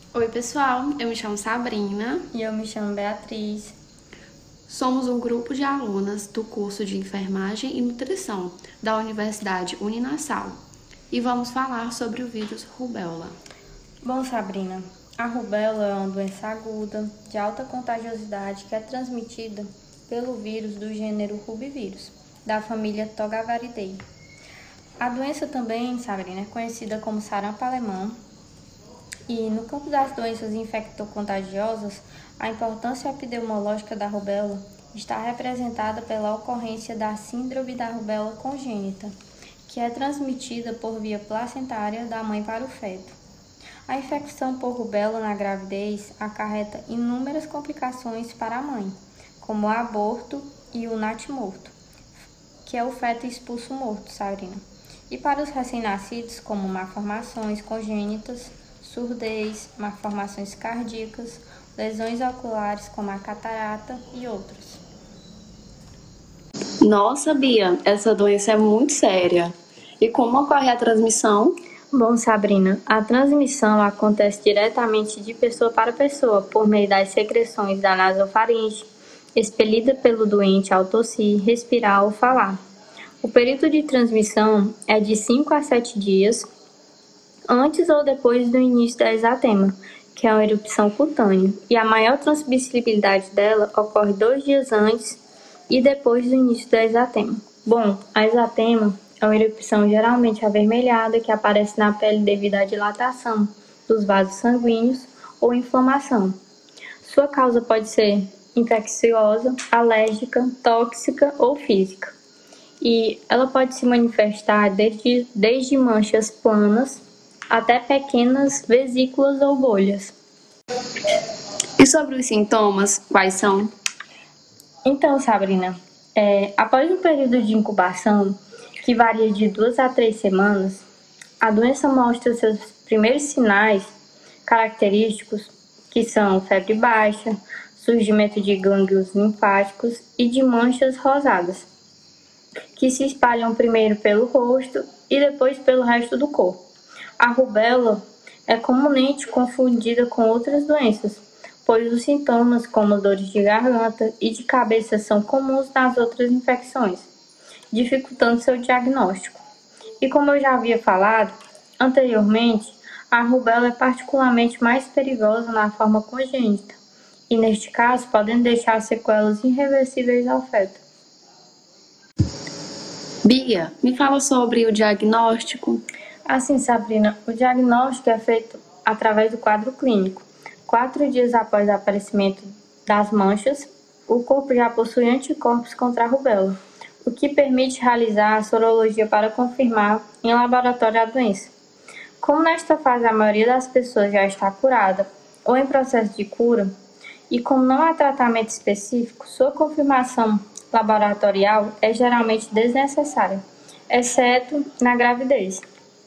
Oi, pessoal, eu me chamo Sabrina. E eu me chamo Beatriz. Somos um grupo de alunas do curso de Enfermagem e Nutrição da Universidade Uninassal e vamos falar sobre o vírus rubéola. Bom, Sabrina, a rubéola é uma doença aguda de alta contagiosidade que é transmitida pelo vírus do gênero rubivírus, da família Togaviridae. A doença também, Sabrina, é conhecida como sarampo alemão. E no campo das doenças infectocontagiosas, a importância epidemiológica da rubéola está representada pela ocorrência da síndrome da rubéola congênita, que é transmitida por via placentária da mãe para o feto. A infecção por rubéola na gravidez acarreta inúmeras complicações para a mãe, como o aborto e o natimorto, que é o feto expulso morto, Sabrina. E para os recém-nascidos, como malformações congênitas, surdez, malformações cardíacas, lesões oculares como a catarata e outros. Nossa, Bia, essa doença é muito séria. E como ocorre a transmissão? Bom, Sabrina, a transmissão acontece diretamente de pessoa para pessoa por meio das secreções da nasofaringe, expelida pelo doente ao tossir, respirar ou falar. O período de transmissão é de 5 a 7 dias, antes ou depois do início da exatema, que é uma erupção cutânea, e a maior transmissibilidade dela ocorre 2 dias antes e depois do início da exatema. Bom, a exatema é uma erupção geralmente avermelhada que aparece na pele devido à dilatação dos vasos sanguíneos ou inflamação. Sua causa pode ser infecciosa, alérgica, tóxica ou física. E ela pode se manifestar desde manchas planas até pequenas vesículas ou bolhas. E sobre os sintomas, quais são? Então, Sabrina, após um período de incubação, que varia de 2 a 3 semanas, a doença mostra seus primeiros sinais característicos, que são febre baixa, surgimento de gânglios linfáticos e de manchas rosadas, que se espalham primeiro pelo rosto e depois pelo resto do corpo. A rubéola é comumente confundida com outras doenças, pois os sintomas como dores de garganta e de cabeça são comuns nas outras infecções, dificultando seu diagnóstico. E como eu já havia falado anteriormente, a rubéola é particularmente mais perigosa na forma congênita, e neste caso podem deixar sequelas irreversíveis ao feto. Bia, me fala sobre o diagnóstico. Assim, Sabrina, o diagnóstico é feito através do quadro clínico. 4 dias após o aparecimento das manchas, o corpo já possui anticorpos contra a rubéola, o que permite realizar a sorologia para confirmar em laboratório a doença. Como nesta fase a maioria das pessoas já está curada ou em processo de cura, e como não há tratamento específico, sua confirmação laboratorial é geralmente desnecessária, exceto na gravidez.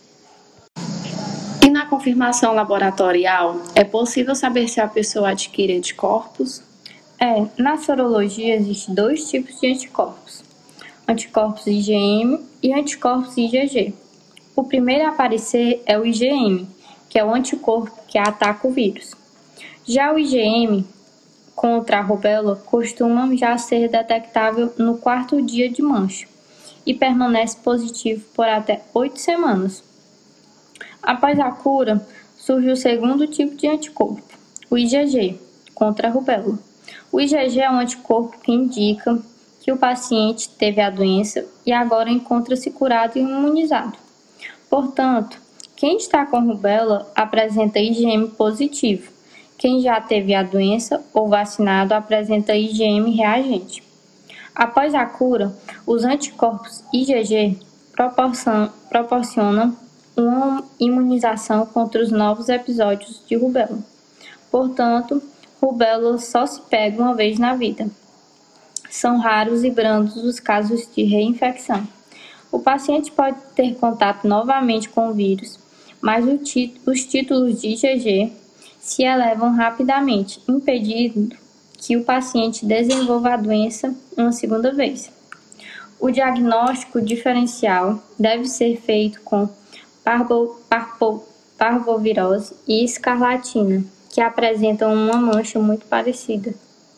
E na confirmação laboratorial, é possível saber se a pessoa adquire anticorpos? Na sorologia existem 2 tipos de anticorpos: anticorpos IgM e anticorpos IgG. O primeiro a aparecer é o IgM, que é o anticorpo que ataca o vírus. Já o IgM contra a rubéola costuma já ser detectável no 4º dia de mancha e permanece positivo por até 8 semanas. Após a cura, surge o segundo tipo de anticorpo, o IgG, contra a rubéola. O IgG é um anticorpo que indica que o paciente teve a doença e agora encontra-se curado e imunizado. Portanto, quem está com rubéola apresenta IgM positivo. Quem já teve a doença ou vacinado apresenta IgM reagente. Após a cura, os anticorpos IgG proporcionam uma imunização contra os novos episódios de rubéola. Portanto, rubéola só se pega uma vez na vida. São raros e brandos os casos de reinfecção. O paciente pode ter contato novamente com o vírus, mas os títulos de IgG se elevam rapidamente, impedindo que o paciente desenvolva a doença uma segunda vez. O diagnóstico diferencial deve ser feito com parvovirose e escarlatina, que apresentam uma mancha muito parecida.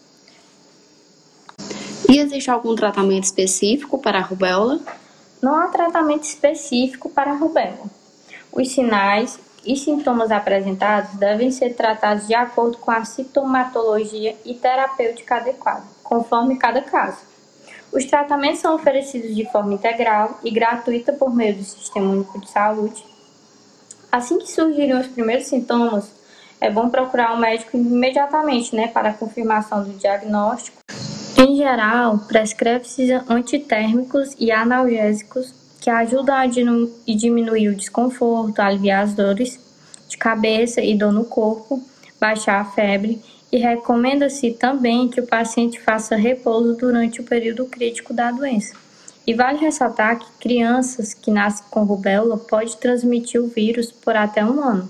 E existe algum tratamento específico para a rubéola? Não há tratamento específico para a rubéola. Os sinais e sintomas apresentados devem ser tratados de acordo com a sintomatologia e terapêutica adequada, conforme cada caso. Os tratamentos são oferecidos de forma integral e gratuita por meio do Sistema Único de Saúde. Assim que surgirem os primeiros sintomas, é bom procurar um médico imediatamente, para a confirmação do diagnóstico. Em geral, prescreve-se antitérmicos e analgésicos que ajudam a diminuir o desconforto, aliviar as dores de cabeça e dor no corpo, baixar a febre, e recomenda-se também que o paciente faça repouso durante o período crítico da doença. E vale ressaltar que crianças que nascem com rubéola podem transmitir o vírus por até 1 ano.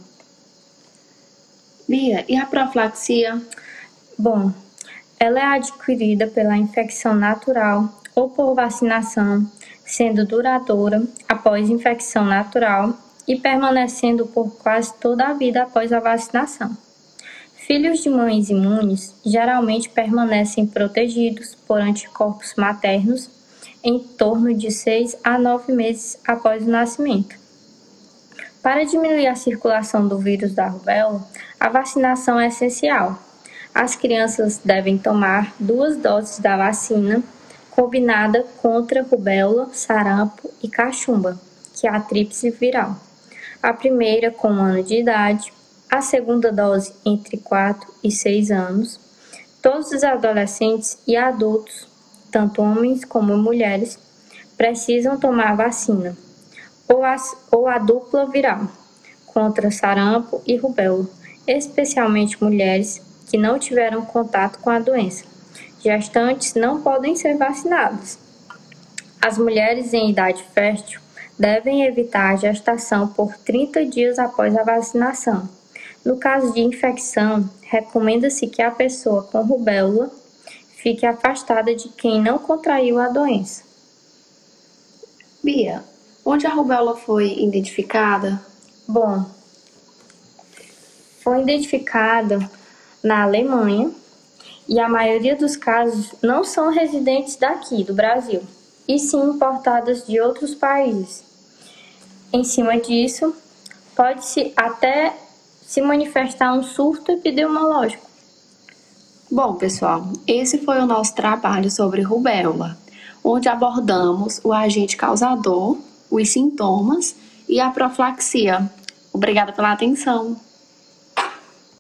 Bia, e a profilaxia? Bom, ela é adquirida pela infecção natural ou por vacinação, sendo duradoura após infecção natural e permanecendo por quase toda a vida após a vacinação. Filhos de mães imunes geralmente permanecem protegidos por anticorpos maternos em torno de 6 a 9 meses após o nascimento. Para diminuir a circulação do vírus da rubéola, a vacinação é essencial. As crianças devem tomar 2 doses da vacina combinada contra rubéola, sarampo e cachumba, que é a tríplice viral. A primeira com 1 ano de idade, a segunda dose entre 4 e 6 anos. Todos os adolescentes e adultos, tanto homens como mulheres, precisam tomar a vacina, ou a dupla viral, contra sarampo e rubéola, especialmente mulheres que não tiveram contato com a doença. Gestantes não podem ser vacinadas. As mulheres em idade fértil devem evitar a gestação por 30 dias após a vacinação. No caso de infecção, recomenda-se que a pessoa com rubéola fique afastada de quem não contraiu a doença. Bia, onde a rubéola foi identificada? Bom, foi identificada na Alemanha e a maioria dos casos não são residentes daqui, do Brasil, e sim importadas de outros países. Em cima disso, pode-se até se manifestar um surto epidemiológico. Bom, pessoal, esse foi o nosso trabalho sobre rubéola, onde abordamos o agente causador, os sintomas e a profilaxia. Obrigada pela atenção!